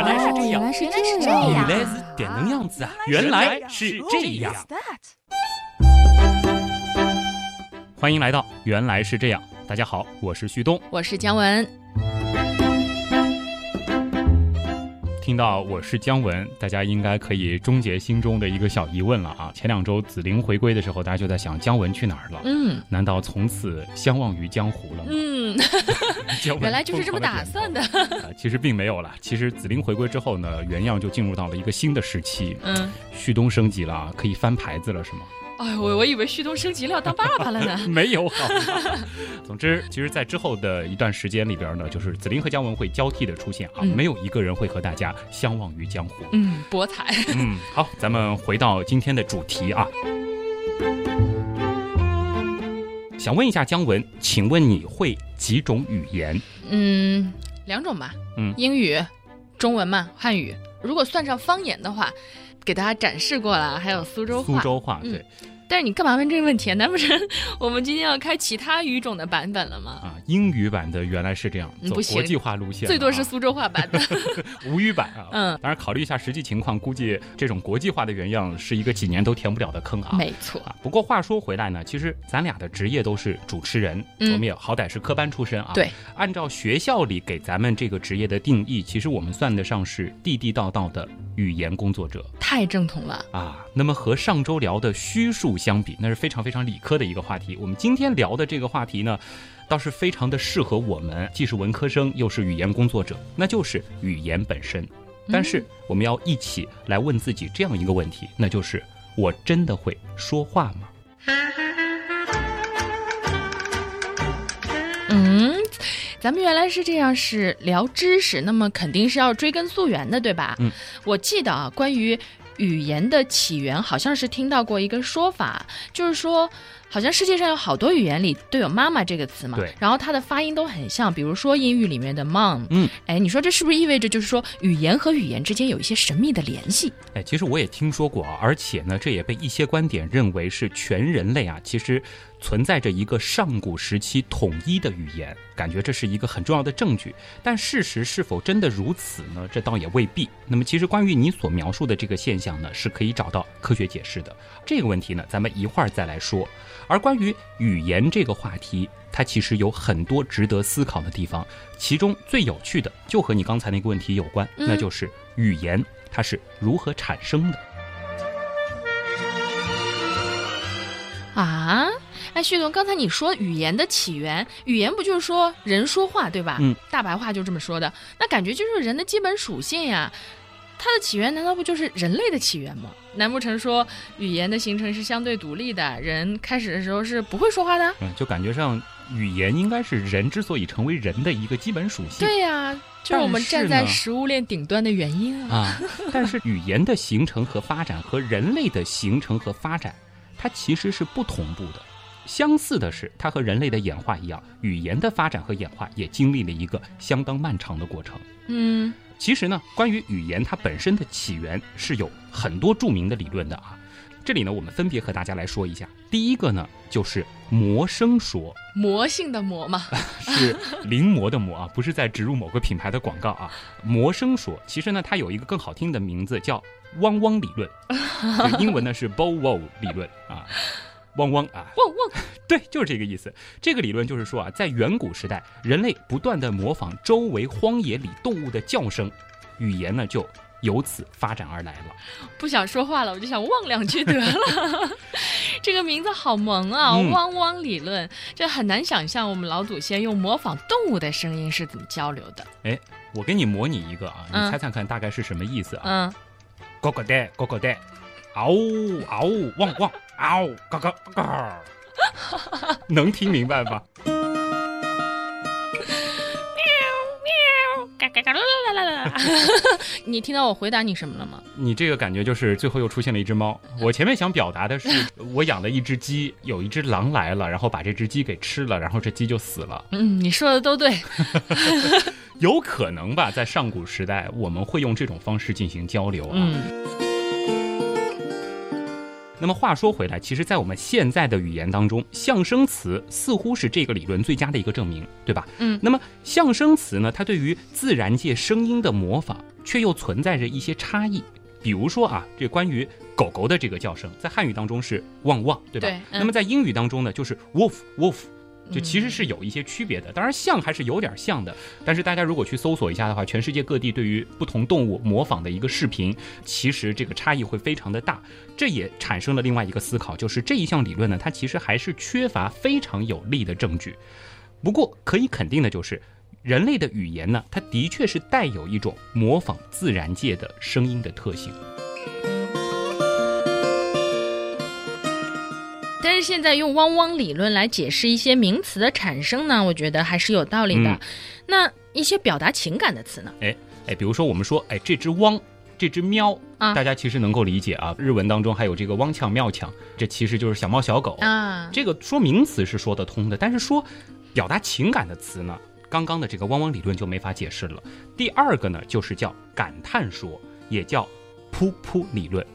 原来是这样， 原来是这能样子啊，原来是这样。欢迎来到原来是这样，大家好，我是旭东， 我是姜文。 听到我是姜文，大家应该可以终结心中的一个小疑问了啊！前2周紫菱回归的时候，大家就在想姜文去哪儿了？难道从此相忘于江湖了吗？ 原来就是这么打算的。 其实并没有了。其实紫菱回归之后呢，原样就进入到了一个新的时期。旭东升级了，可以翻牌子了，是吗？ 哎，我以为旭东升级了要当爸爸了呢。 没有好吧。总之，其实在之后的一段时间里边呢，就是紫菱和姜文会交替的出现啊，没有一个人会和大家相忘于江湖。 博彩。 好，咱们回到今天的主题啊。想问一下姜文，请问你会几种语言 ？2种吧。英语、中文嘛，汉语。如果算上方言的话，给大家展示过了，还有苏州话。 苏州话，对。 但是你干嘛问这个问题啊？难不成我们今天要开其他语种的版本了吗？ 英语版的原来是这样，走国际化路线， 最多是苏州话版的。 吴语版啊。当然考虑一下实际情况，估计这种国际化的原样是一个几年都填不了的坑啊。 没错。 不过话说回来呢，其实咱俩的职业都是主持人，我们也好歹是科班出身啊。 对。 按照学校里给咱们这个职业的定义，其实我们算得上是地地道道的语言工作者。 太正统了啊！那么和上周聊的虚数相比，那是非常非常理科的一个话题。我们今天聊的这个话题呢，倒是非常的适合我们，既是文科生又是语言工作者，那就是语言本身。但是我们要一起来问自己这样一个问题，那就是我真的会说话吗？ 咱们原来是这样，是聊知识，那么肯定是要追根溯源的，对吧？我记得啊，关于语言的起源，好像是听到过一个说法，就是说好像世界上有好多语言里都有妈妈这个词嘛， 对， 然后它的发音都很像，比如说英语里面的 mom。你说这是不是意味着就是说语言和语言之间有一些神秘的联系？ 其实我也听说过，而且呢，这也被一些观点认为是全人类啊，其实存在着一个上古时期统一的语言，感觉这是一个很重要的证据。但事实是否真的如此呢？这倒也未必。那么其实关于你所描述的这个现象呢，是可以找到科学解释的。这个问题呢，咱们一会儿再来说。而关于语言这个话题，它其实有很多值得思考的地方，其中最有趣的就和你刚才那个问题有关，那就是语言它是如何产生的。 旭东，刚才你说语言的起源，语言不就是说人说话对吧？大白话就这么说的，那感觉就是人的基本属性呀。它的起源难道不就是人类的起源吗？难不成说语言的形成是相对独立的，人开始的时候是不会说话的？ 就感觉上语言应该是人之所以成为人的一个基本属性。 对呀，就是我们站在食物链顶端的原因啊。 但是语言的形成和发展和人类的形成和发展，它其实是不同步的。相似的是，它和人类的演化一样，语言的发展和演化也经历了一个相当漫长的过程。其实呢，关于语言它本身的起源是有很多著名的理论的啊。这里呢，我们分别和大家来说一下。第一个呢，就是魔声说， 魔性的魔嘛， 是临摹的魔啊，不是在植入某个品牌的广告啊。魔声说，其实呢，它有一个更好听的名字叫汪汪理论，英文呢是 bow wow 理论啊。汪汪啊， 汪汪， 对，就是这个意思。这个理论就是说啊，在远古时代，人类不断地模仿周围荒野里动物的叫声，语言呢就由此发展而来了。 不想说话了，我就想汪2句得了。这个名字好萌啊，汪汪理论，这很难想象我们老祖先用模仿动物的声音是怎么交流的。 我给你模拟一个啊，你猜猜看大概是什么意思啊？咯咯哒，咯咯哒。嗷嗷汪汪嗷嘎嘎嘎，能听明白吗？ 喵嘎嘎嘎啦啦啦啦。你听到我回答你什么了吗？ 你这个感觉就是最后又出现了一只猫。我前面想表达的是，我养了一只鸡，有一只狼来了，然后把这只鸡给吃了，然后这鸡就死了。 你说的都对。 有可能吧，在上古时代我们会用这种方式进行交流啊。那么话说回来，其实在我们现在的语言当中，象声词似乎是这个理论最佳的一个证明，对吧？那么象声词呢，它对于自然界声音的模仿， 却又存在着一些差异。比如说啊，这关于狗狗的这个叫声，在汉语当中是汪汪，对吧？ 对。 那么在英语当中呢，就是 wolf wolf， 就其实是有一些区别的。当然像还是有点像的，但是大家如果去搜索一下的话，全世界各地对于不同动物模仿的一个视频，其实这个差异会非常的大。这也产生了另外一个思考，就是这一项理论呢，它其实还是缺乏非常有力的证据。不过可以肯定的就是，人类的语言呢，它的确是带有一种模仿自然界的声音的特性。 但是现在用汪汪理论来解释一些名词的产生呢，我觉得还是有道理的。那一些表达情感的词呢？ 比如说我们说，这只汪，这只喵，大家其实能够理解啊。日文当中还有这个汪强喵强，这其实就是小猫小狗啊。这个说名词是说得通的，但是说表达情感的词呢，刚刚的这个汪汪理论就没法解释了。第二个呢，就是叫感叹说，也叫噗噗理论。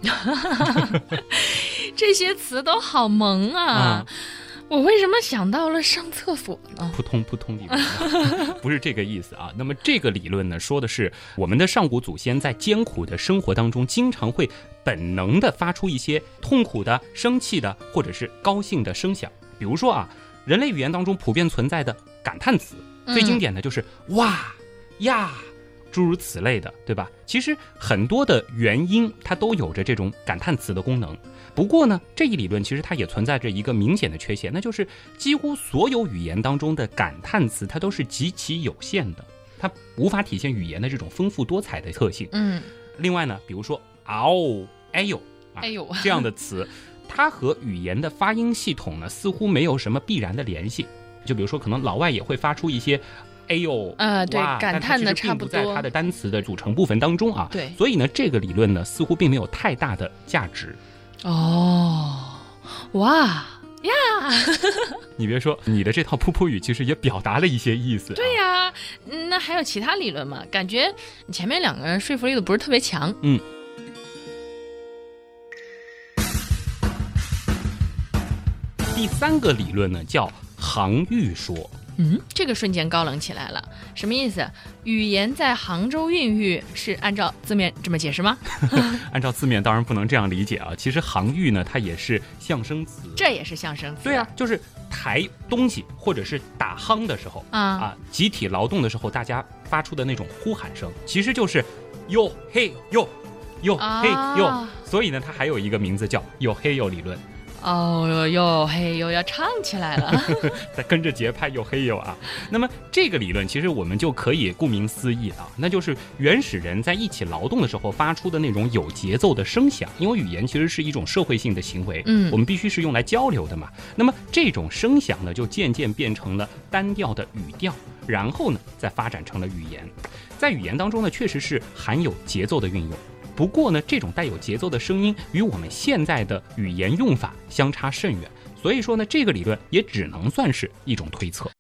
这些词都好萌啊！我为什么想到了上厕所呢？ 扑通扑通理论不是这个意思啊。那么这个理论呢，说的是我们的上古祖先在艰苦的生活当中，经常会本能的发出一些痛苦的、生气的或者是高兴的声响。比如说啊，人类语言当中普遍存在的感叹词，最经典的就是哇呀，诸如此类的，对吧？其实很多的元音它都有着这种感叹词的功能。不过呢，这一理论其实它也存在着一个明显的缺陷，那就是几乎所有语言当中的感叹词它都是极其有限的，它无法体现语言的这种丰富多彩的特性。另外呢，比如说嗷哎呦这样的词，它和语言的发音系统呢似乎没有什么必然的联系。就比如说可能老外也会发出一些哎呦对，感叹的差不多， 但它其实并不在它的单词的组成部分当中啊。 对， 所以呢，这个理论呢似乎并没有太大的价值。 哇呀！ 你别说，你的这套噗噗语其实也表达了一些意思。 对呀，那还有其他理论吗？感觉你前面两个说服力都不是特别强。 第三个理论呢叫杭域说。 这个瞬间高冷起来了，什么意思？语言在杭州孕育是按照字面这么解释吗？ 按照字面当然不能这样理解啊。其实杭域呢，它也是象声词， 这也是象声词。 对啊，就是抬东西或者是打夯的时候集体劳动的时候，大家发出的那种呼喊声，其实就是哟嘿哟哟嘿哟。所以呢，它还有一个名字叫哟嘿哟理论。 哟嘿哟要唱起来了， 再跟着节拍哟嘿哟啊。那么这个理论其实我们就可以顾名思义啊，那就是原始人在一起劳动的时候发出的那种有节奏的声响。因为语言其实是一种社会性的行为，我们必须是用来交流的嘛。那么这种声响呢，就渐渐变成了单调的语调，然后呢再发展成了语言。在语言当中呢，确实是含有节奏的运用。不过呢，这种带有节奏的声音与我们现在的语言用法相差甚远，所以说呢，这个理论也只能算是一种推测。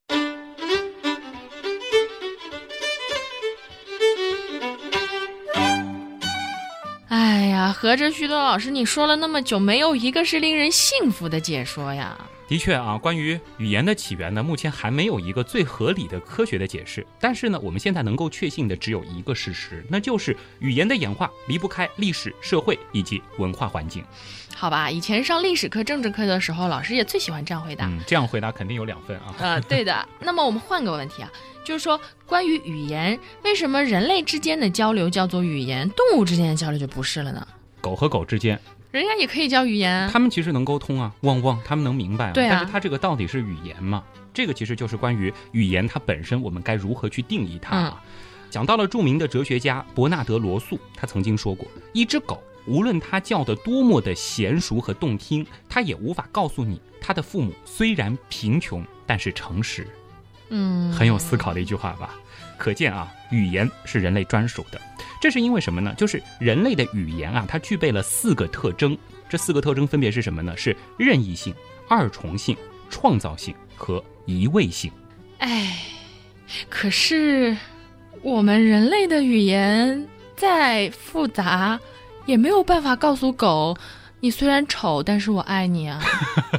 哎呀，合着徐多老师你说了那么久，没有一个是令人信服的解说呀。 的确啊，关于语言的起源呢，目前还没有一个最合理的科学的解释。但是呢，我们现在能够确信的只有一个事实，那就是语言的演化离不开历史、社会以及文化环境。 好吧，以前上历史课、政治课的时候，老师也最喜欢这样回答。 这样回答肯定有2分啊。 对的。那么我们换个问题啊，就是说关于语言，为什么人类之间的交流叫做语言，动物之间的交流就不是了呢？ 狗和狗之间人家也可以叫语言， 他们其实能沟通啊，汪汪，他们能明白啊。 对啊， 但是它这个到底是语言吗？这个其实就是关于语言它本身，我们该如何去定义它啊？讲到了著名的哲学家伯纳德·罗素，他曾经说过，一只狗无论它叫得多么的娴熟和动听，它也无法告诉你它的父母虽然贫穷，但是诚实。很有思考的一句话吧。可见啊，语言是人类专属的。这是因为什么呢？就是人类的语言啊，它具备了4个特征。这4个特征分别是什么呢？是任意性、二重性、创造性和一味性。 可是我们人类的语言再复杂，也没有办法告诉狗，你虽然丑，但是我爱你啊。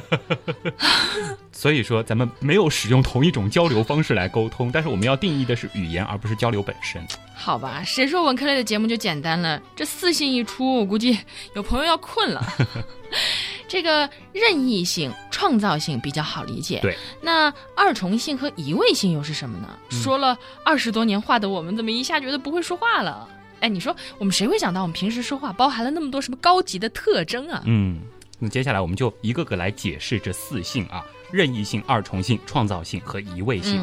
所以说咱们没有使用同一种交流方式来沟通，但是我们要定义的是语言，而不是交流本身。 好吧，谁说文科类的节目就简单了？这4性一出，我估计有朋友要困了。这个任意性、创造性比较好理解， 对。 那二重性和移位性又是什么呢？说了20多年话的我们，怎么一下觉得不会说话了？哎，你说我们谁会想到我们平时说话包含了那么多什么高级的特征啊？ 那接下来我们就一个个来解释这4性啊：任意性、二重性、创造性和移位性。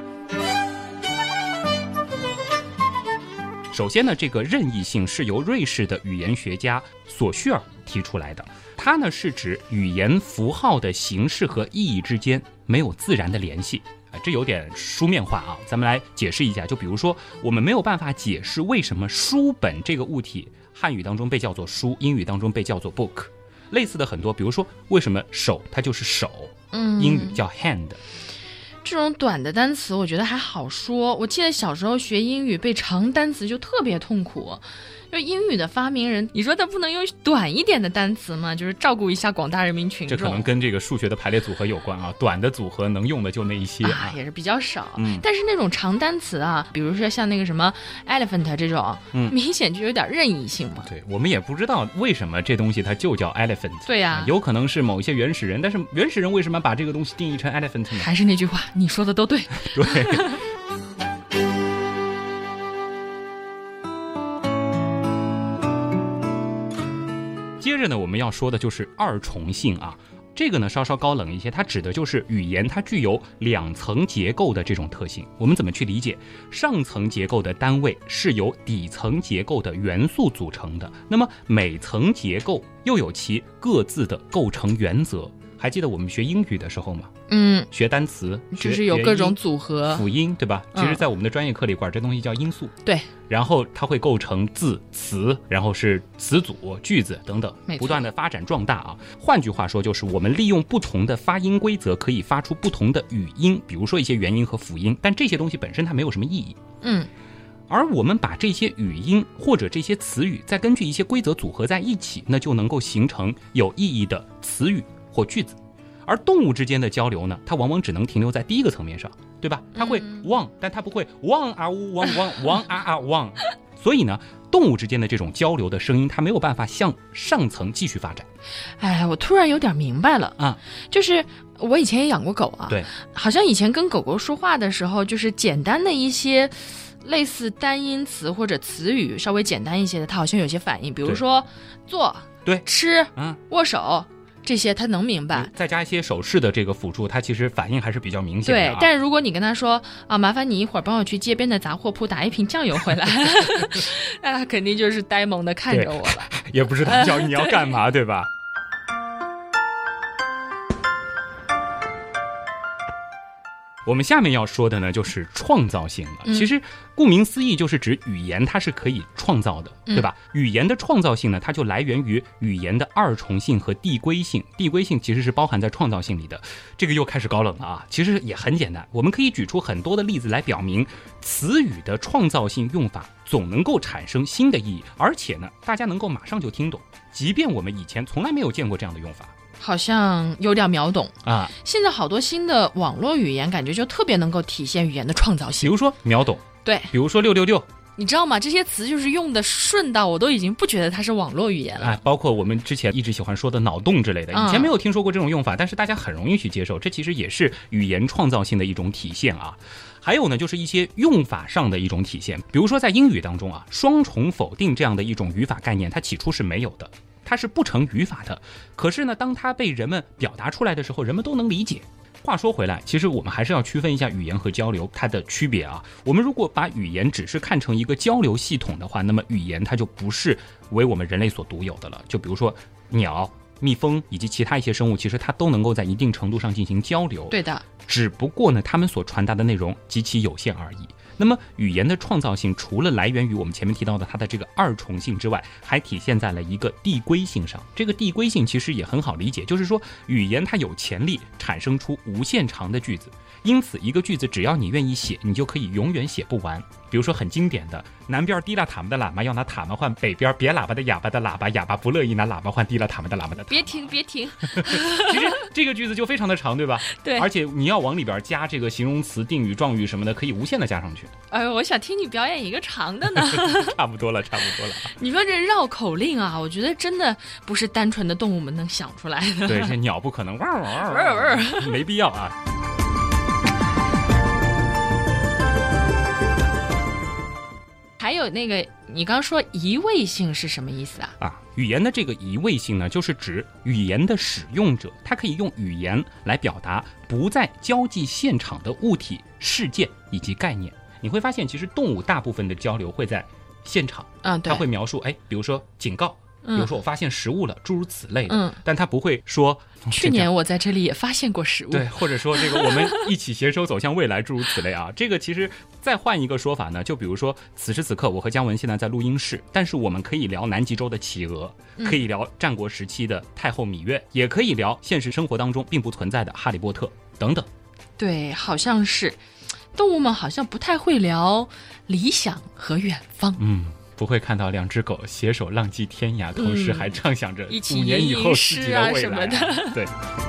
首先呢，这个任意性是由瑞士的语言学家索绪尔提出来的。它呢是指语言符号的形式和意义之间没有自然的联系。这有点书面化啊，咱们来解释一下。就比如说，我们没有办法解释为什么书本这个物体汉语当中被叫做书，英语当中被叫做 book。类似的很多，比如说为什么手它就是手，英语叫 hand。 这种短的单词我觉得还好说，我记得小时候学英语背长单词就特别痛苦。就英语的发明人，你说他不能用短一点的单词吗？就是照顾一下广大人民群众。 这可能跟这个数学的排列组合有关啊，短的组合能用的就那一些啊， 也是比较少。但是那种长单词啊，比如说像那个什么 elephant 这种，明显就有点任意性嘛。 对，我们也不知道为什么这东西它就叫 elephant。 对呀， 有可能是某一些原始人，但是原始人为什么把这个东西定义成 elephant 呢？ 还是那句话，你说的都对。 对。接着呢，我们要说的就是二重性啊，这个呢稍稍高冷一些，它指的就是语言它具有2层结构的这种特性。我们怎么去理解？上层结构的单位是由底层结构的元素组成的，那么每层结构又有其各自的构成原则。还记得我们学英语的时候吗？学单词就是有各种组合辅音，对吧？其实在我们的专业课里管这东西叫音素。 对， 然后它会构成字、词，然后是词组、句子等等，不断的发展壮大啊。换句话说，就是我们利用不同的发音规则，可以发出不同的语音，比如说一些元音和辅音，但这些东西本身它没有什么意义。而我们把这些语音或者这些词语再根据一些规则组合在一起，那就能够形成有意义的词语或句子。而动物之间的交流呢，它往往只能停留在第一个层面上，对吧？它会汪，但它不会汪啊呜汪汪汪啊啊汪。所以呢，动物之间的这种交流的声音，它没有办法向上层继续发展。 哎，我突然有点明白了啊，就是我以前也养过狗啊， 对， 好像以前跟狗狗说话的时候，就是简单的一些类似单音词或者词语稍微简单一些的，它好像有些反应，比如说坐、 对、 吃、握手。这些他能明白， 再加一些手势的这个辅助，他其实反应还是比较明显的。 对，但是如果你跟他说啊，麻烦你一会儿帮我去街边的杂货铺打一瓶酱油回来，那他肯定就是呆萌的看着我了， 也不知道叫你要干嘛，对吧？我们下面要说的呢，就是创造性了。其实顾名思义，就是指语言它是可以创造的，对吧？语言的创造性呢，它就来源于语言的二重性和递归性。递归性其实是包含在创造性里的。这个又开始高冷了啊！其实也很简单，我们可以举出很多的例子来表明，词语的创造性用法总能够产生新的意义，而且呢，大家能够马上就听懂，即便我们以前从来没有见过这样的用法。 好像有点秒懂啊！ 现在好多新的网络语言，感觉就特别能够体现语言的创造性。 比如说秒懂， 对， 比如说666， 你知道吗？这些词就是用的顺到我都已经不觉得它是网络语言了。 包括我们之前一直喜欢说的脑洞之类的，以前没有听说过这种用法，但是大家很容易去接受，这其实也是语言创造性的一种体现啊。还有呢，就是一些用法上的一种体现，比如说在英语当中啊，双重否定这样的一种语法概念，它起初是没有的。它是不成语法的，可是呢，当它被人们表达出来的时候，人们都能理解。话说回来，其实我们还是要区分一下语言和交流它的区别啊。我们如果把语言只是看成一个交流系统的话，那么语言它就不是为我们人类所独有的了。就比如说鸟、蜜蜂以及其他一些生物，其实它都能够在一定程度上进行交流。 对的， 只不过呢，它们所传达的内容极其有限而已。那么语言的创造性除了来源于我们前面提到的它的这个二重性之外，还体现在了一个递归性上。这个递归性其实也很好理解，就是说语言它有潜力产生出无限长的句子，因此一个句子只要你愿意写，你就可以永远写不完。比如说很经典的，南边滴了塔嘛的喇嘛要拿塔嘛换北边别喇叭的哑巴的喇叭，哑巴不乐意拿喇叭换滴了塔嘛的喇叭的塔嘛。 别停别停其实这个句子就非常的长，对吧？ 对， 而且你要往里边加这个形容词、定语、状语什么的，可以无限的加上去。 哎呦，我想听你表演一个长的呢。 差不多了。 你说这绕口令啊，我觉得真的不是单纯的动物们能想出来的。 对，这鸟不可能汪，没必要啊。 还有那个，你刚说移位性是什么意思啊？ 语言的这个移位性呢，就是指语言的使用者，他可以用语言来表达不在交际现场的物体、事件以及概念。你会发现，其实动物大部分的交流会在现场， 对， 他会描述，比如说警告。比如说我发现食物了，诸如此类的，但他不会说去年我在这里也发现过食物， 对，或者说这个我们一起携手走向未来，诸如此类啊。这个其实再换一个说法呢，就比如说此时此刻我和姜文现在在录音室，但是我们可以聊南极洲的企鹅，可以聊战国时期的太后芈月，也可以聊现实生活当中并不存在的哈利波特等等。 对，好像是动物们好像不太会聊理想和远方。 不会看到两只狗携手浪迹天涯，同时还畅想着5年以后自己的未来什么的。 对，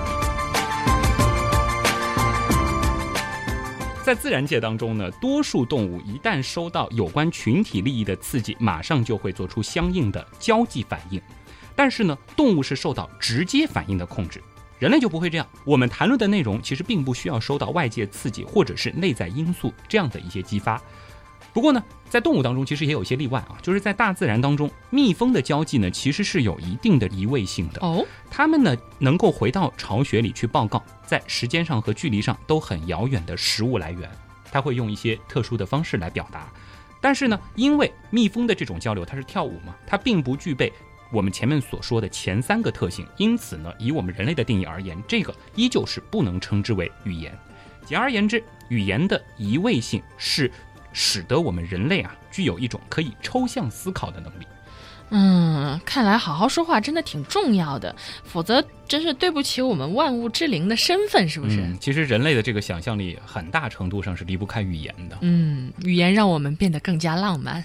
在自然界当中呢，多数动物一旦收到有关群体利益的刺激，马上就会做出相应的交际反应。但是呢，动物是受到直接反应的控制，人类就不会这样。我们谈论的内容其实并不需要受到外界刺激或者是内在因素这样的一些激发。不过呢，在动物当中其实也有一些例外啊，就是在大自然当中，蜜蜂的交际呢其实是有一定的移位性的。它们呢能够回到巢穴里去报告在时间上和距离上都很遥远的食物来源，它会用一些特殊的方式来表达。但是呢，因为蜜蜂的这种交流它是跳舞嘛，它并不具备我们前面所说的前3个特性，因此呢，以我们人类的定义而言，这个依旧是不能称之为语言。简而言之，语言的移位性是使得我们人类具有一种可以抽象思考的能力。 看来好好说话真的挺重要的，否则真是对不起我们万物之灵的身份，是不是？ 其实人类的这个想象力很大程度上是离不开语言的。 语言让我们变得更加浪漫。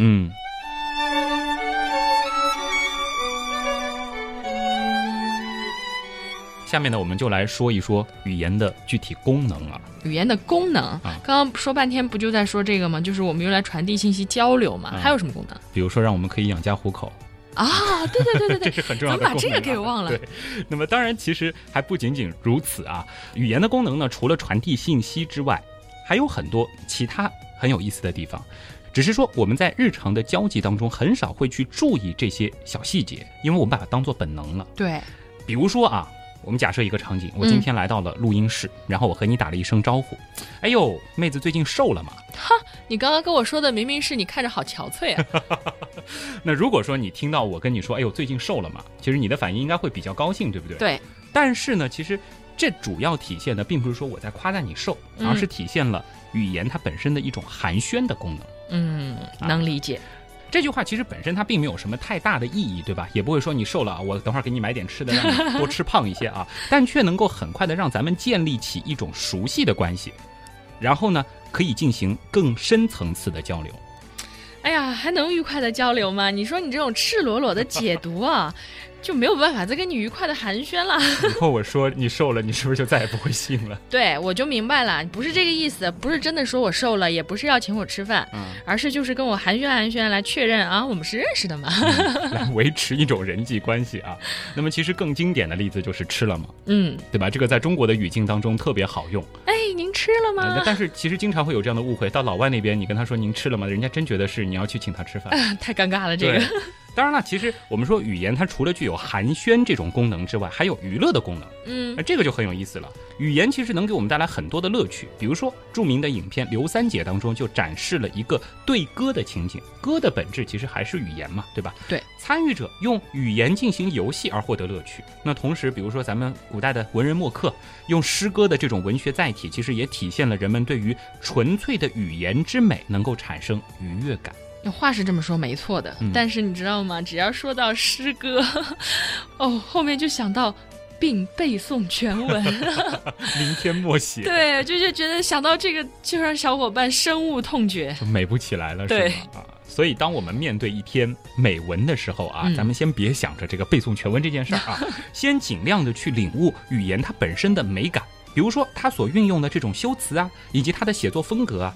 下面呢，我们就来说一说语言的具体功能了。 语言的功能，刚刚说半天不就在说这个吗？就是我们用来传递信息、交流嘛。还有什么功能？ 比如说让我们可以养家糊口。 对， 这是很重要的功能。 怎么把这个给忘了？ 对，那么当然其实还不仅仅如此啊。语言的功能呢，除了传递信息之外，还有很多其他很有意思的地方。只是说我们在日常的交际当中很少会去注意这些小细节，因为我们把它当作本能了。 对， 比如说我们假设一个场景，我今天来到了录音室，然后我和你打了一声招呼，哎呦，妹子最近瘦了吗？ 你刚刚跟我说的明明是你看着好憔悴啊。 那如果说你听到我跟你说，哎呦，最近瘦了吗？其实你的反应应该会比较高兴，对不对？ 对。 但是呢，其实这主要体现的并不是说我在夸赞你瘦，而是体现了语言它本身的一种寒暄的功能。 能理解。 这句话其实本身它并没有什么太大的意义，对吧？也不会说你瘦了，我等会儿给你买点吃的，让你多吃胖一些但却能够很快的让咱们建立起一种熟悉的关系，然后呢，可以进行更深层次的交流。 哎呀，还能愉快的交流吗？你说你这种赤裸裸的解读就没有办法再跟你愉快的寒暄了。 以后我说你瘦了，你是不是就再也不会信了？ 对，我就明白了，不是这个意思，不是真的说我瘦了，也不是要请我吃饭，而是就是跟我寒暄寒暄来确认我们是认识的嘛， 来维持一种人际关系那么其实更经典的例子就是吃了吗？对吧？这个在中国的语境当中特别好用。 您吃了吗？ 但是其实经常会有这样的误会，到老外那边你跟他说您吃了吗，人家真觉得是你要去请他吃饭。 太尴尬了这个。 当然了，其实我们说语言它除了具有寒暄这种功能之外，还有娱乐的功能。这个就很有意思了。语言其实能给我们带来很多的乐趣，比如说著名的影片《刘三姐》当中就展示了一个对歌的情景，歌的本质其实还是语言嘛，对吧？ 对， 参与者用语言进行游戏而获得乐趣。那同时，比如说咱们古代的文人墨客用诗歌的这种文学载体，其实也体现了人们对于纯粹的语言之美能够产生愉悦感。 话是这么说没错的，但是你知道吗？只要说到诗歌，后面就想到并背诵全文， 明天默写。 对，就觉得想到这个就让小伙伴深恶痛绝， 就美不起来了，是吧？所以当我们面对一篇美文的时候咱们先别想着这个背诵全文这件事儿先尽量的去领悟语言它本身的美感，比如说它所运用的这种修辞以及它的写作风格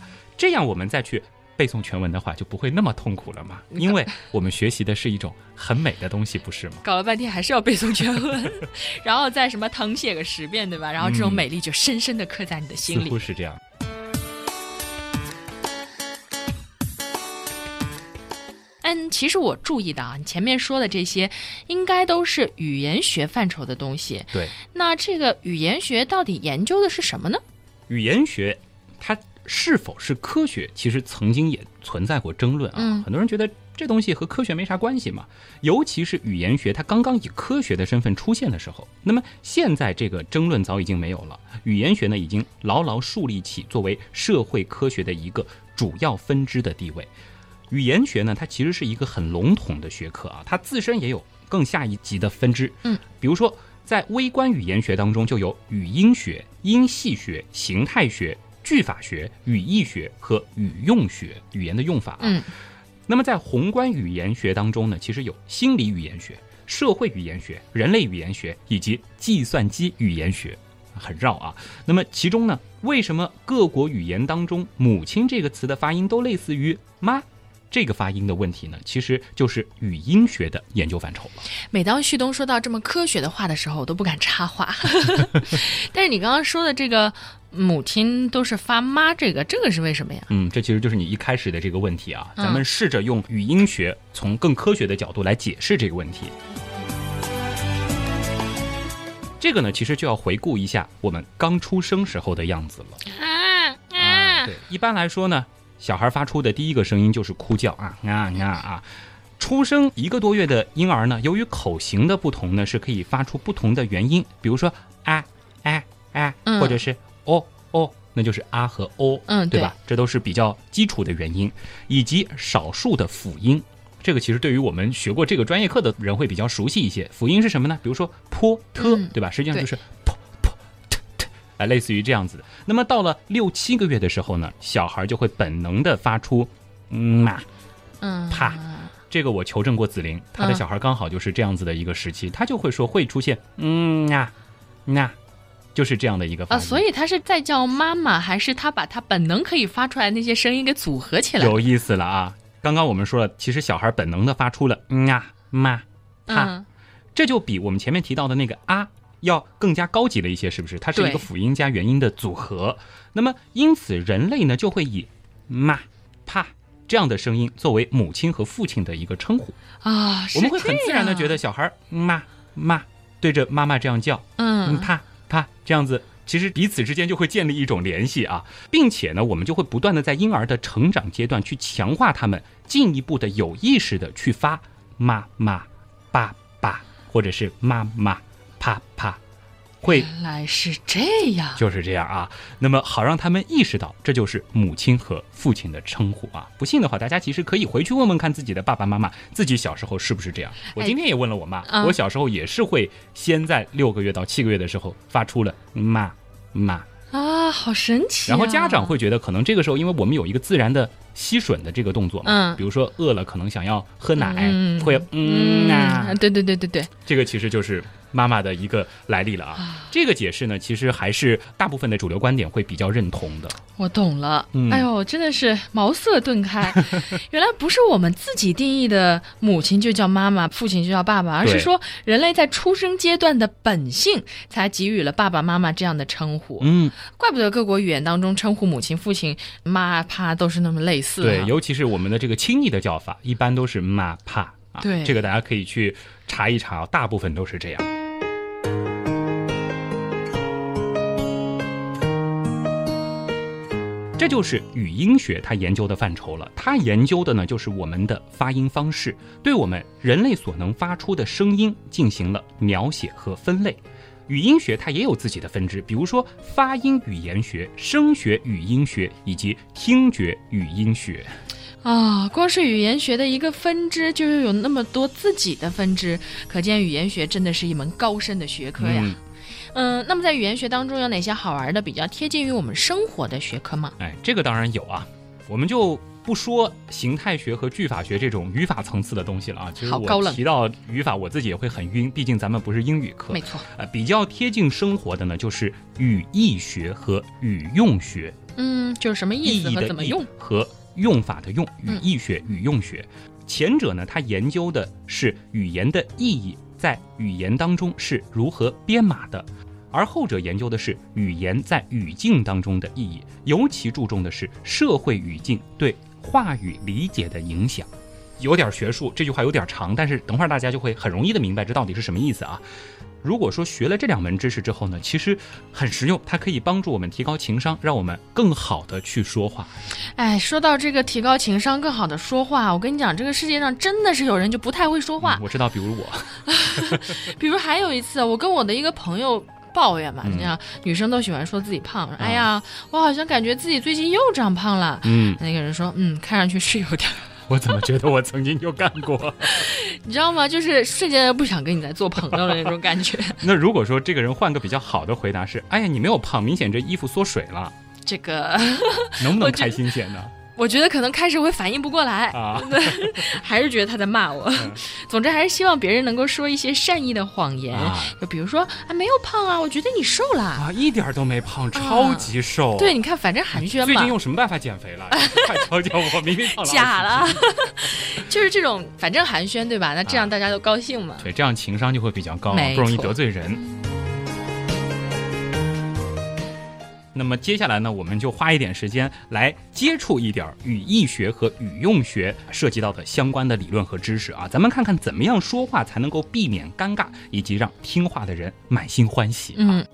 这样我们再去背诵全文的话就不会那么痛苦了嘛，因为我们学习的是一种很美的东西，不是吗？ 搞了半天还是要背诵全文然后再什么誊写个10遍，对吧？然后这种美丽就深深的刻在你的心里。 似乎是这样。 其实我注意到啊，你前面说的这些应该都是语言学范畴的东西。 对， 那这个语言学到底研究的是什么呢？ 语言学它是否是科学，其实曾经也存在过争论啊。很多人觉得这东西和科学没啥关系嘛，尤其是语言学它刚刚以科学的身份出现的时候。那么现在这个争论早已经没有了，语言学呢已经牢牢树立起作为社会科学的一个主要分支的地位。语言学呢，它其实是一个很笼统的学科啊，它自身也有更下一级的分支。比如说在微观语言学当中就有语音学、音系学、形态学、句法学、语义学和语用学，语言的用法啊。那么在宏观语言学当中呢，其实有心理语言学、社会语言学、人类语言学以及计算机语言学，很绕啊。那么其中呢，为什么各国语言当中母亲这个词的发音都类似于妈这个发音的问题呢，其实就是语音学的研究范畴了。 每当旭东说到这么科学的话的时候，我都不敢插话但是你刚刚说的这个母亲都是发妈，这个是为什么呀？ 这其实就是你一开始的这个问题啊。咱们试着用语音学从更科学的角度来解释这个问题。这个呢，其实就要回顾一下我们刚出生时候的样子了。对，一般来说呢，小孩发出的第一个声音就是哭叫啊。出生1个多月的婴儿呢，由于口型的不同呢，是可以发出不同的元音，比如说啊，或者是哦，那就是啊和哦，对吧？这都是比较基础的元音，以及少数的辅音。这个其实对于我们学过这个专业课的人会比较熟悉一些。辅音是什么呢？比如说坡特，对吧？实际上就是类似于这样子的。那么到了6、7个月的时候呢，小孩就会本能的发出嘛、啪。这个我求证过子玲，他的小孩刚好就是这样子的一个时期，他就会说会出现就是这样的一个发音。 所以他是在叫妈妈，还是他把他本能可以发出来那些声音给组合起来？ 有意思了啊！刚刚我们说了，其实小孩本能的发出了妈啪，这就比我们前面提到的那个啊要更加高级了一些，是不是？它是一个辅音加元音的组合。那么因此人类呢就会以妈啪这样的声音作为母亲和父亲的一个称呼啊。 我们会很自然的觉得小孩妈对着妈妈这样叫，啪这样子，其实彼此之間就会建立一种联系啊，并且呢我们就会不断的在婴儿的成长阶段去强化他们，进一步的有意识的去发妈妈爸爸或者是妈妈啪啪， 原来是这样， 就是这样啊。那么好让他们意识到这就是母亲和父亲的称呼啊。不信的话，大家其实可以回去问问看自己的爸爸妈妈，自己小时候是不是这样。我今天也问了我妈，我小时候也是会先在6个月到7个月的时候发出了妈啊，好神奇然后家长会觉得可能这个时候因为我们有一个自然的吸吮的这个动作嘛，比如说饿了可能想要喝奶，会对，这个其实就是妈妈的一个来历了啊。这个解释呢，其实还是大部分的主流观点会比较认同的。 我懂了，哎呦，真的是茅塞顿开。原来不是我们自己定义的母亲就叫妈妈，父亲就叫爸爸，而是说人类在出生阶段的本性才给予了爸爸妈妈这样的称呼。怪不得各国语言当中称呼母亲、父亲妈啪都是那么类似。 对，尤其是我们的这个亲昵的叫法，一般都是妈啪啊。 对， 这个大家可以去查一查，大部分都是这样。这就是语音学它研究的范畴了。它研究的呢，就是我们的发音方式，对我们人类所能发出的声音进行了描写和分类。语音学它也有自己的分支，比如说发音语言学、声学语音学以及听觉语音学。 光是语言学的一个分支就有那么多自己的分支，可见语言学真的是一门高深的学科呀。那么在语言学当中有哪些好玩的、比较贴近于我们生活的学科吗？ 这个当然有啊，我们就不说形态学和句法学这种语法层次的东西了啊。其实我提到语法，我自己也会很晕，毕竟咱们不是英语课。 没错。 比较贴近生活的呢，就是语义学和语用学就是什么意思和怎么用和用法的用，语义学、语用学。前者呢，它研究的是语言的意义在语言当中是如何编码的，而后者研究的是语言在语境当中的意义，尤其注重的是社会语境对话语理解的影响。有点学术，这句话有点长，但是等会儿大家就会很容易的明白这到底是什么意思啊。如果说学了这2门知识之后呢，其实很实用，它可以帮助我们提高情商，让我们更好的去说话。 说到这个提高情商更好的说话，我跟你讲，这个世界上真的是有人就不太会说话。 我知道，比如我比如还有一次我跟我的一个朋友抱怨嘛，这样女生都喜欢说自己胖，哎呀，我好像感觉自己最近又长胖了。那个人说看上去是有点。 我怎么觉得我曾经就干过你知道吗？就是瞬间不想跟你再做朋友的那种感觉那如果说这个人换个比较好的回答是，哎呀，你没有胖，明显这衣服缩水了， 这个能不能开心些呢？ 我觉得可能开始会反应不过来还是觉得他在骂我总之还是希望别人能够说一些善意的谎言就比如说没有胖啊，我觉得你瘦了一点都没胖，超级瘦对，你看反正寒暄嘛， 最近用什么办法减肥了？快教教我，明明胖了假了就是这种反正寒暄对吧？那这样大家都高兴嘛对，这样情商就会比较高，不容易得罪人。那么接下来呢，我们就花一点时间来接触一点语义学和语用学涉及到的相关的理论和知识啊，咱们看看怎么样说话才能够避免尴尬，以及让听话的人满心欢喜啊。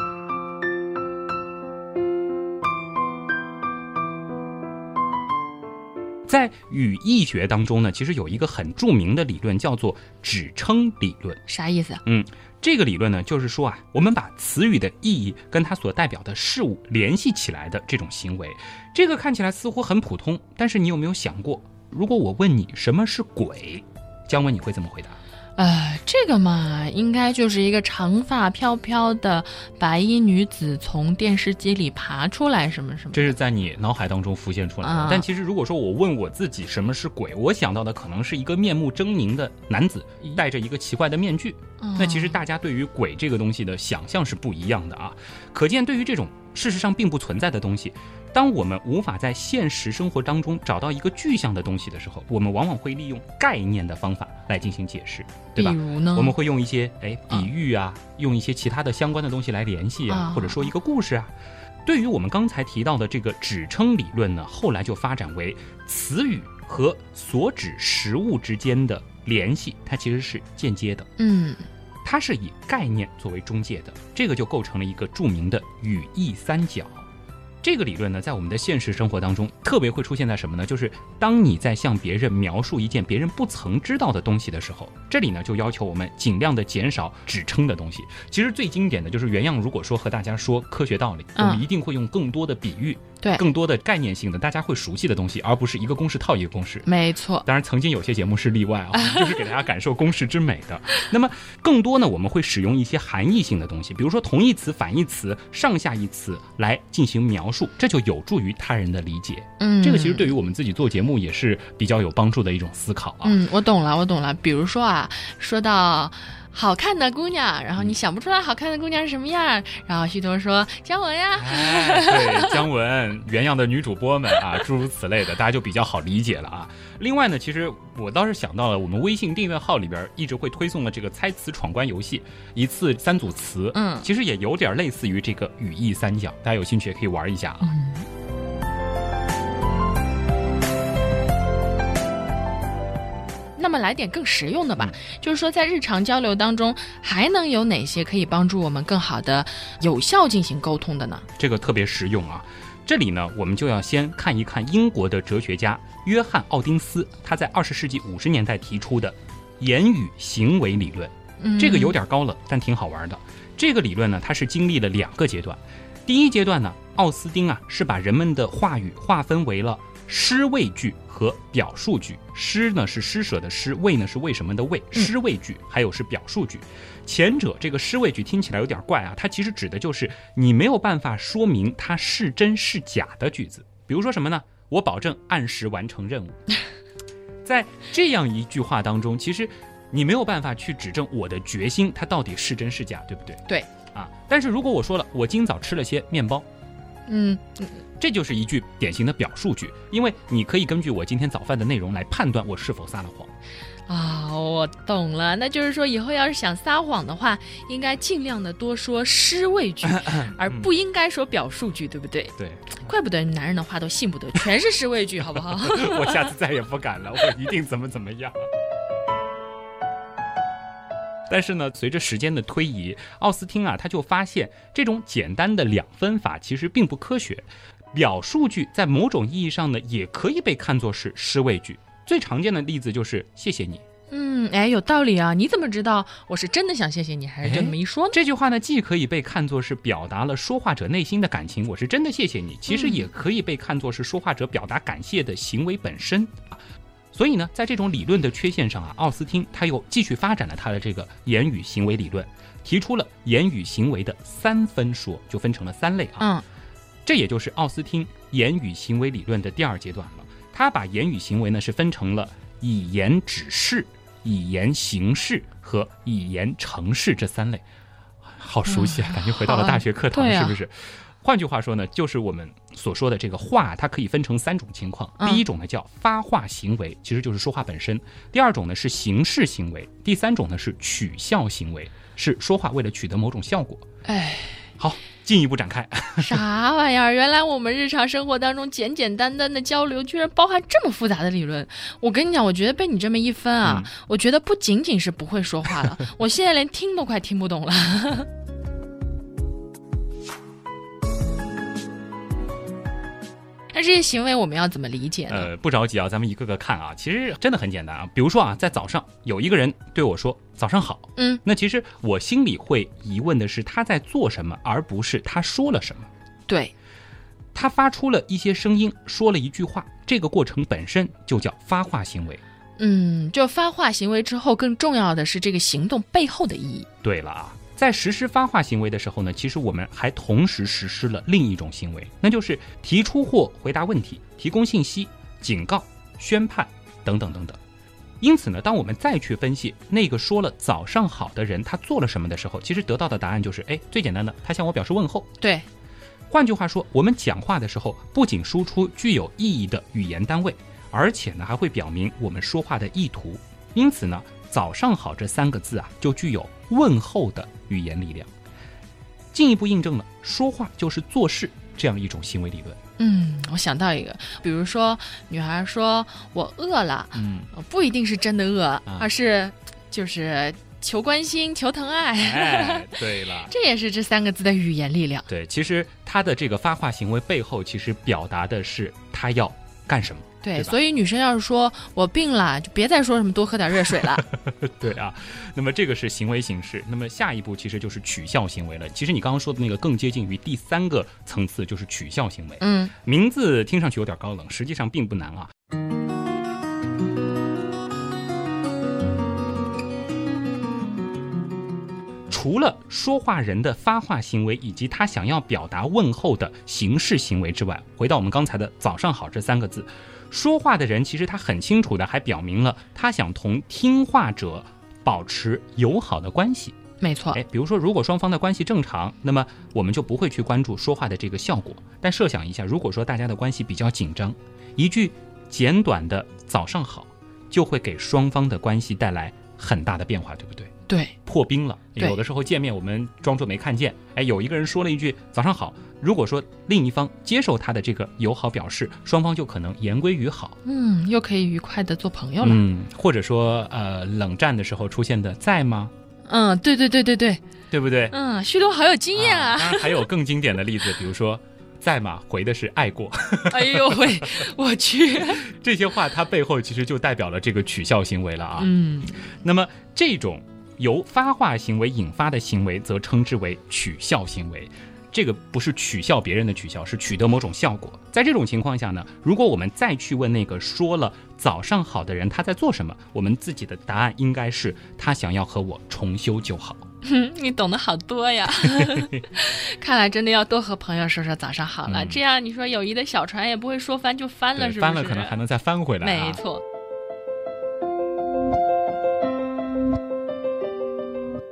在语义学当中呢，其实有一个很著名的理论叫做指称理论。 啥意思？ 这个理论呢，就是说我们把词语的意义跟它所代表的事物联系起来的这种行为。这个看起来似乎很普通，但是你有没有想过，如果我问你什么是鬼，姜文你会怎么回答？ 这个嘛，应该就是一个长发飘飘的白衣女子从电视机里爬出来什么什么。 这是在你脑海当中浮现出来的。但其实如果说我问我自己什么是鬼，我想到的可能是一个面目狰狞的男子戴着一个奇怪的面具。那其实大家对于鬼这个东西的想象是不一样的啊。可见对于这种事实上并不存在的东西，当我们无法在现实生活当中找到一个具象的东西的时候，我们往往会利用概念的方法来进行解释，对吧？ 比如呢， 我们会用一些比喻啊，用一些其他的相关的东西来联系啊，或者说一个故事啊。对于我们刚才提到的这个指称理论呢，后来就发展为词语和所指实物之间的联系，它其实是间接的。它是以概念作为中介的，这个就构成了一个著名的语义三角。这个理论呢，在我们的现实生活当中特别会出现在什么呢？就是当你在向别人描述一件别人不曾知道的东西的时候，这里呢就要求我们尽量的减少指称的东西。其实最经典的就是原样，如果说和大家说科学道理，我们一定会用更多的比喻， 对， 更多的概念性的大家会熟悉的东西，而不是一个公式套一个公式。 没错， 当然曾经有些节目是例外就是给大家感受公式之美的。那么更多呢，我们会使用一些含义性的东西，比如说同义词、反义词、上下义词来进行描述，这就有助于他人的理解。这个其实对于我们自己做节目也是比较有帮助的一种思考啊。 我懂了。比如说说到好看的姑娘，然后你想不出来好看的姑娘是什么样，然后旭东说姜文呀， 对，姜文原样的女主播们诸如此类的，大家就比较好理解了啊。另外呢，其实我倒是想到了，我们微信订阅号里边一直会推送的这个猜词闯关游戏，一次3组词，其实也有点类似于这个语义三角，大家有兴趣也可以玩一下啊。 那么来点更实用的吧，就是说在日常交流当中还能有哪些可以帮助我们更好的有效进行沟通的呢？ 这个特别实用啊。这里呢，我们就要先看一看英国的哲学家约翰·奥丁斯，他在20世纪50年代提出的言语行为理论。这个有点高冷，但挺好玩的。这个理论呢，它是经历了2个阶段。第一阶段呢，奥斯丁是把人们的话语划分为了施谓句和表述句。施呢是施舍的施，谓呢是为什么的谓，施谓句还有是表述句。前者这个施谓句听起来有点怪它其实指的就是你没有办法说明它是真是假的句子。比如说什么呢？我保证按时完成任务。在这样一句话当中，其实你没有办法去指证我的决心它到底是真是假，对不对？ 对但是如果我说了我今早吃了些面包， 这就是一句典型的表述句，因为你可以根据我今天早饭的内容来判断我是否撒了谎。 我懂了，那就是说以后要是想撒谎的话，应该尽量的多说诗谓句，而不应该说表述句，对不对？ 对， 怪不得男人的话都信不得，全是诗谓句，好不好？ 我下次再也不敢了，我一定怎么样。但是呢，随着时间的推移，奥斯汀他就发现这种简单的两分法其实并不科学。表述句在某种意义上呢，也可以被看作是诗谓句。最常见的例子就是谢谢你。 有道理啊！你怎么知道我是真的想谢谢你，还是这么一说呢？ 这句话呢，既可以被看作是表达了说话者内心的感情，我是真的谢谢你，其实也可以被看作是说话者表达感谢的行为本身。所以呢，在这种理论的缺陷上奥斯汀他又继续发展了他的这个言语行为理论，提出了言语行为的三分说，就分成了3类这也就是奥斯汀言语行为理论的第2阶段了。他把言语行为呢是分成了以言指示、以言行事和以言成事这3类。好熟悉感觉回到了大学课堂，是不是？换句话说呢，就是我们所说的这个话，它可以分成3种情况。第一种呢叫发话行为，其实就是说话本身；第2种呢是形式行为；第3种呢是取笑行为，是说话为了取得某种效果。好，进一步展开。 啥玩意儿？原来我们日常生活当中简简单单的交流，居然包含这么复杂的理论。我跟你讲，我觉得被你这么一分我觉得不仅仅是不会说话了，我现在连听都快听不懂了。那这些行为我们要怎么理解呢？ 不着急咱们一个个看其实真的很简单比如说在早上有一个人对我说早上好，那其实我心里会疑问的是他在做什么，而不是他说了什么。 对， 他发出了一些声音，说了一句话，这个过程本身就叫发话行为。 就发话行为之后，更重要的是这个行动背后的意义。 对了在实施发话行为的时候呢，其实我们还同时实施了另一种行为，那就是提出或回答问题、提供信息、警告、宣判等等等等。因此呢，当我们再去分析那个说了早上好的人他做了什么的时候，其实得到的答案就是最简单的，他向我表示问候。 对， 换句话说，我们讲话的时候不仅输出具有意义的语言单位，而且呢还会表明我们说话的意图。因此呢，早上好这3个字就具有问候的语言力量，进一步印证了说话就是做事这样一种行为理论。 我想到一个，比如说女孩说我饿了，不一定是真的饿，而是就是求关心、求疼爱。 对了， 这也是这3个字的语言力量。 对，其实她的这个发话行为背后，其实表达的是她要干什么。 对，所以女生要是说我病了，就别再说什么多喝点热水了。 对那么这个是行为形式，那么下一步其实就是取笑行为了。其实你刚刚说的那个更接近于第3个层次，就是取笑行为。名字听上去有点高冷，实际上并不难除了说话人的发话行为以及他想要表达问候的形式行为之外，回到我们刚才的早上好这3个字，说话的人其实他很清楚的还表明了他想同听话者保持友好的关系。 没错， 比如说如果双方的关系正常，那么我们就不会去关注说话的这个效果。但设想一下，如果说大家的关系比较紧张，一句简短的早上好就会给双方的关系带来很大的变化，对不对？ 对， 破冰了。有的时候见面我们装作没看见，有一个人说了一句早上好，如果说另一方接受他的这个友好表示，双方就可能言归于好， 又可以愉快的做朋友了。 或者说冷战的时候出现的在吗？ 对， 对不对？ 旭东好有经验啊。 当然还有更经典的例子，比如说在吗回的是爱过。 哎呦喂，我去， 这些话它背后其实就代表了这个取笑行为了那么这种由发话行为引发的行为则称之为取笑行为。这个不是取笑别人的取笑，是取得某种效果。在这种情况下呢，如果我们再去问那个说了早上好的人他在做什么，我们自己的答案应该是他想要和我重修旧好。 你懂得好多呀。看来真的要多和朋友说说早上好了，这样你说友谊的小船也不会说翻就翻了，是不是？ 翻了可能还能再翻回来没错。人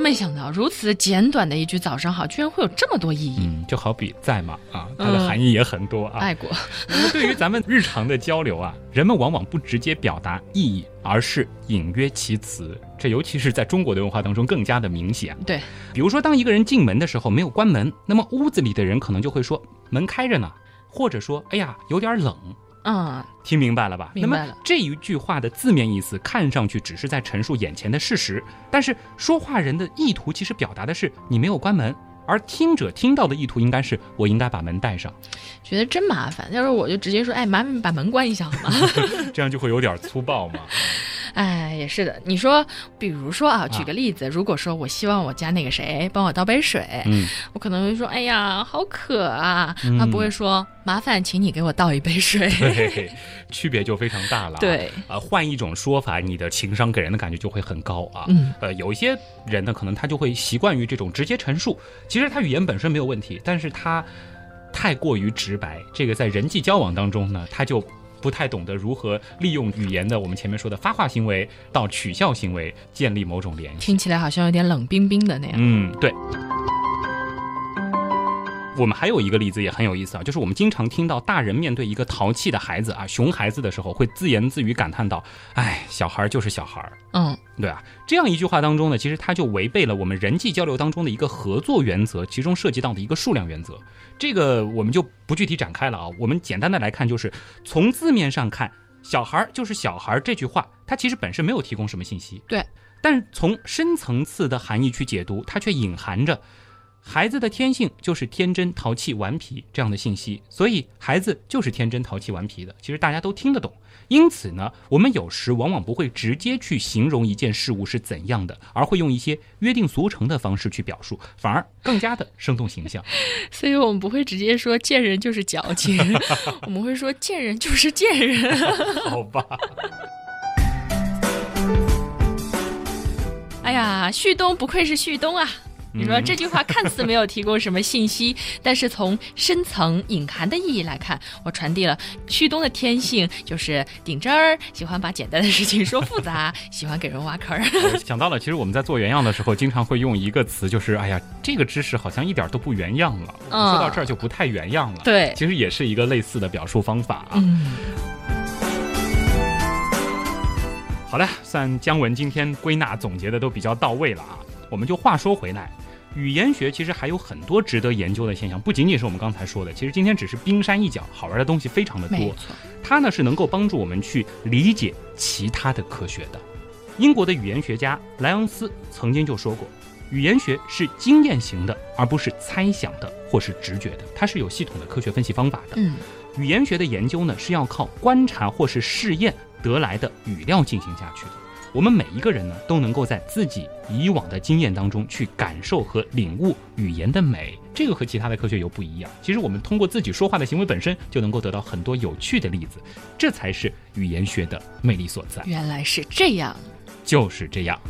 真没想到如此简短的一句早上好居然会有这么多意义。 就好比在嘛它的含义也很多爱国。 那么对于咱们日常的交流人们往往不直接表达意义，而是隐约其词，这尤其是在中国的文化当中更加的明显。 对， 比如说当一个人进门的时候没有关门，那么屋子里的人可能就会说门开着呢，或者说哎呀有点冷。听明白了吧？ 明白了。 那么这一句话的字面意思看上去只是在陈述眼前的事实，但是说话人的意图其实表达的是你没有关门，而听者听到的意图应该是我应该把门带上。 觉得真麻烦，要是我就直接说麻烦把门关一下好吗？ 这样就会有点粗暴嘛。 也是的。你说比如说举个例子，如果说我希望我家那个谁帮我倒杯水，我可能会说哎呀好渴他不会说麻烦请你给我倒一杯水。 对，区别就非常大了。 对， 换一种说法，你的情商给人的感觉就会很高有一些人呢可能他就会习惯于这种直接陈述，其实他语言本身没有问题，但是他太过于直白，这个在人际交往当中呢他就不太懂得如何利用语言的我们前面说的发话行为到取笑行为建立某种联系。 听起来好像有点冷冰冰的那样。 对。我们还有一个例子也很有意思就是我们经常听到大人面对一个淘气的孩子熊孩子的时候会自言自语感叹到小孩就是小孩。对这样一句话当中呢，其实它就违背了我们人际交流当中的一个合作原则，其中涉及到的一个数量原则。这个我们就不具体展开了我们简单的来看，就是从字面上看小孩就是小孩这句话它其实本身没有提供什么信息。 对， 但是从深层次的含义去解读，它却隐含着孩子的天性就是天真淘气顽皮这样的信息，所以孩子就是天真淘气顽皮的，其实大家都听得懂。因此呢，我们有时往往不会直接去形容一件事物是怎样的，而会用一些约定俗成的方式去表述，反而更加的生动形象。 所以我们不会直接说见人就是矫情我们会说见人就是贱人好吧。 哎呀，旭东不愧是旭东你说这句话看似没有提供什么信息但是从深层隐含的意义来看，我传递了旭东的天性就是顶针儿，喜欢把简单的事情说复杂喜欢给人挖坑想到了，其实我们在做原样的时候经常会用一个词，就是哎呀这个知识好像一点都不原样了说到这儿就不太原样了。 对， 其实也是一个类似的表述方法好了，算姜文今天归纳总结的都比较到位了我们就话说回来，语言学其实还有很多值得研究的现象，不仅仅是我们刚才说的，其实今天只是冰山一角，好玩的东西非常的多。它呢是能够帮助我们去理解其他的科学的。英国的语言学家莱昂斯曾经就说过，语言学是经验型的，而不是猜想的或是直觉的，它是有系统的科学分析方法的。语言学的研究呢是要靠观察或是试验得来的语料进行下去的。我们每一个人呢都能够在自己以往的经验当中去感受和领悟语言的美，这个和其他的科学又不一样。其实我们通过自己说话的行为本身就能够得到很多有趣的例子，这才是语言学的魅力所在。 原来是这样， 就是这样。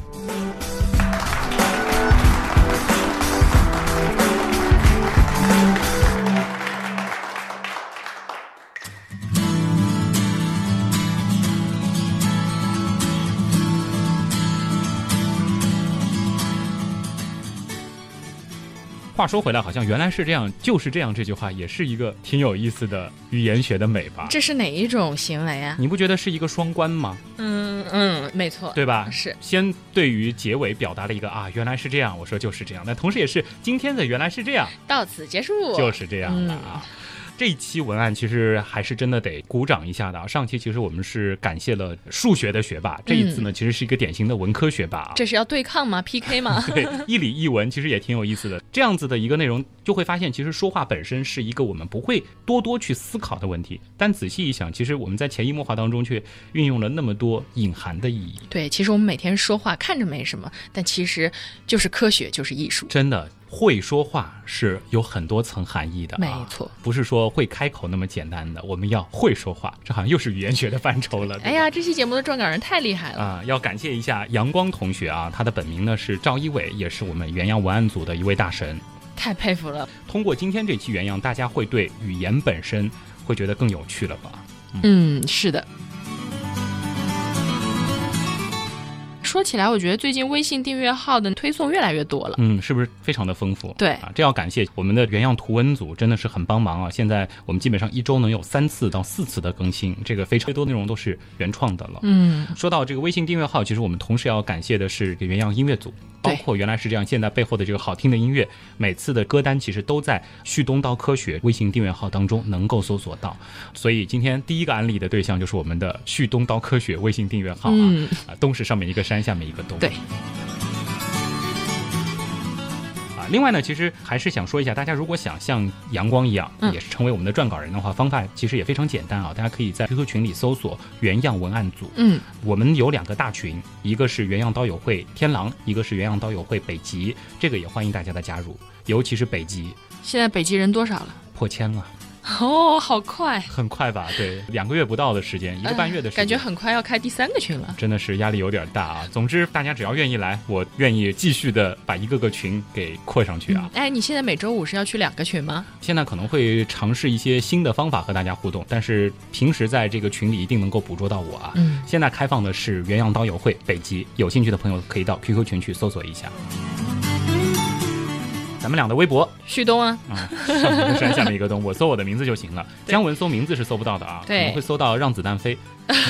话说回来，好像原来是这样就是这样这句话也是一个挺有意思的语言学的美吧。 这是哪一种行为啊？ 你不觉得是一个双关吗？ 没错， 对吧？ 是先对于结尾表达了一个原来是这样，我说就是这样，但同时也是今天的原来是这样， 到此结束， 就是这样的这一期文案其实还是真的得鼓掌一下的上期其实我们是感谢了数学的学霸，这一次呢其实是一个典型的文科学霸这是要对抗吗？ PK 吗？ 对，一理一文其实也挺有意思的。这样子的一个内容就会发现，其实说话本身是一个我们不会多去思考的问题，但仔细一想，其实我们在潜移默化当中却运用了那么多隐含的意义。 对，其实我们每天说话看着没什么，但其实就是科学，就是艺术。 真的会说话是有很多层含义的没错， 不是说会开口那么简单的，我们要会说话，这好像又是语言学的范畴了。 哎呀，这期节目的撰稿人太厉害了要感谢一下阳光同学他的本名呢是赵一伟，也是我们原样文案组的一位大神， 太佩服了。 通过今天这期原样，大家会对语言本身会觉得更有趣了吧？ 是的。 说起来，我觉得最近微信订阅号的推送越来越多了。 是不是非常的丰富？ 对啊，这要感谢我们的原样图文组，真的是很帮忙啊！现在我们基本上1周能有3次到4次的更新，这个非常多内容都是原创的了。说到这个微信订阅号，其实我们同时要感谢的是原样音乐组，包括原来是这样，现在背后的这个好听的音乐，每次的歌单其实都在旭东刀科学微信订阅号当中能够搜索到。所以今天第一个安利的对象就是我们的旭东刀科学微信订阅号东是上面一个山，下面一个东。 对。 另外呢，其实还是想说一下，大家如果想像阳光一样，也是成为我们的撰稿人的话，方法其实也非常简单啊。大家可以在 QQ 群里搜索原样文案组。我们有2个大群，一个是原样刀友会天狼，一个是原样刀友会北极，这个也欢迎大家的加入，尤其是北极。 现在北极人多少了？ 破1000了。 哦，好快， 很快吧？对，2个月不到的时间，1个半月的时间， 感觉很快要开第3个群了， 真的是压力有点大啊。总之，大家只要愿意来，我愿意继续的把一个个群给扩上去啊。 你现在每周5是要去2个群吗？ 现在可能会尝试一些新的方法和大家互动，但是平时在这个群里一定能够捕捉到我啊。现在开放的是原样刀友会北极，有兴趣的朋友可以到 QQ 群去搜索一下。咱们俩的微博， 旭东啊， 上面一个山，下面一个东，我搜我的名字就行了。姜文搜名字是搜不到的啊，可能会搜到让子弹飞。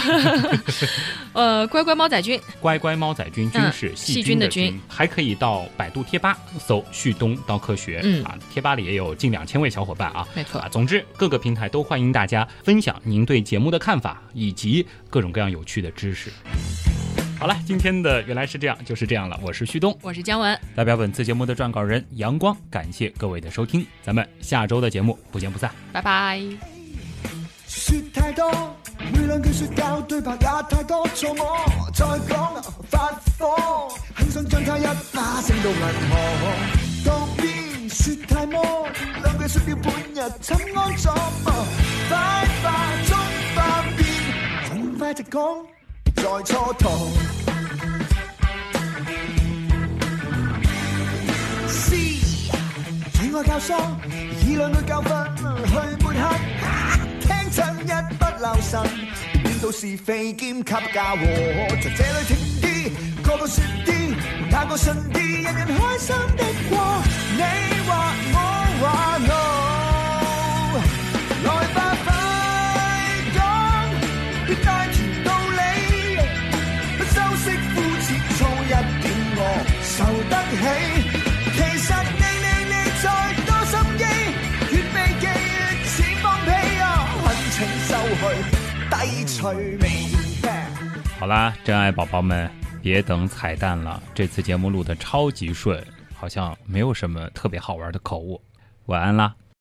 乖乖猫仔君， 乖乖猫仔君，君是细菌的菌，还可以到百度贴吧搜旭东刀科学贴吧里也有近2000位小伙伴啊， 没错总之各个平台都欢迎大家分享您对节目的看法以及各种各样有趣的知识。好了，今天的原来是这样，就是这样了。我是旭东， 我是姜文， 代表本次节目的撰稿人阳光，感谢各位的收听，咱们下周的节目不见不散， 拜拜。 說太多，每兩句説教對白也太多錯摸，再講發火，很想將他一把升到銀河。當邊説太魔，兩句説了半日怎安坐？快化中百變，盡快直講再蹉跎。C 最愛教唆，以兩句教訓去抹黑。真一不留神，變到是非兼給嫁禍。在這裏停啲，個個説啲，那個信啲，人人開心的過。你話我話 no， 來吧快講，別帶甜道理，不修飾膚淺粗一點我受得起。其實你再多心機，越避忌似放屁。 好啦，真爱宝宝们，别等彩蛋了，这次节目录的超级顺，好像没有什么特别好玩的口误。晚安啦。